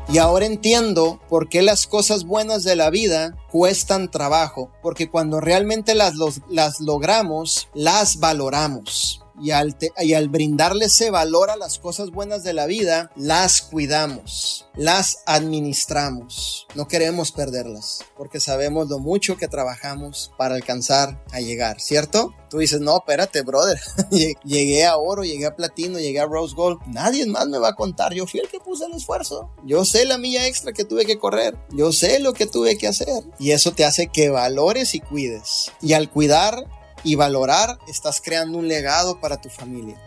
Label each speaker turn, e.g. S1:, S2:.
S1: Y ahora entiendo por qué las cosas buenas de la vida cuestan trabajo, porque cuando realmente las logramos, las valoramos. Y al brindarle ese valor a las cosas buenas de la vida, las cuidamos, las administramos. No queremos perderlas, porque sabemos lo mucho que trabajamos para alcanzar a llegar, ¿cierto? Tú dices, no, espérate, brother. Llegué a oro, llegué a platino, llegué a rose gold. Nadie más me va a contar. Yo fui el que puse el esfuerzo. Yo sé la milla extra que tuve que correr. Yo sé lo que tuve que hacer. Y eso te hace que valores y cuides. Y al cuidar y valorar, estás creando un legado para tu familia.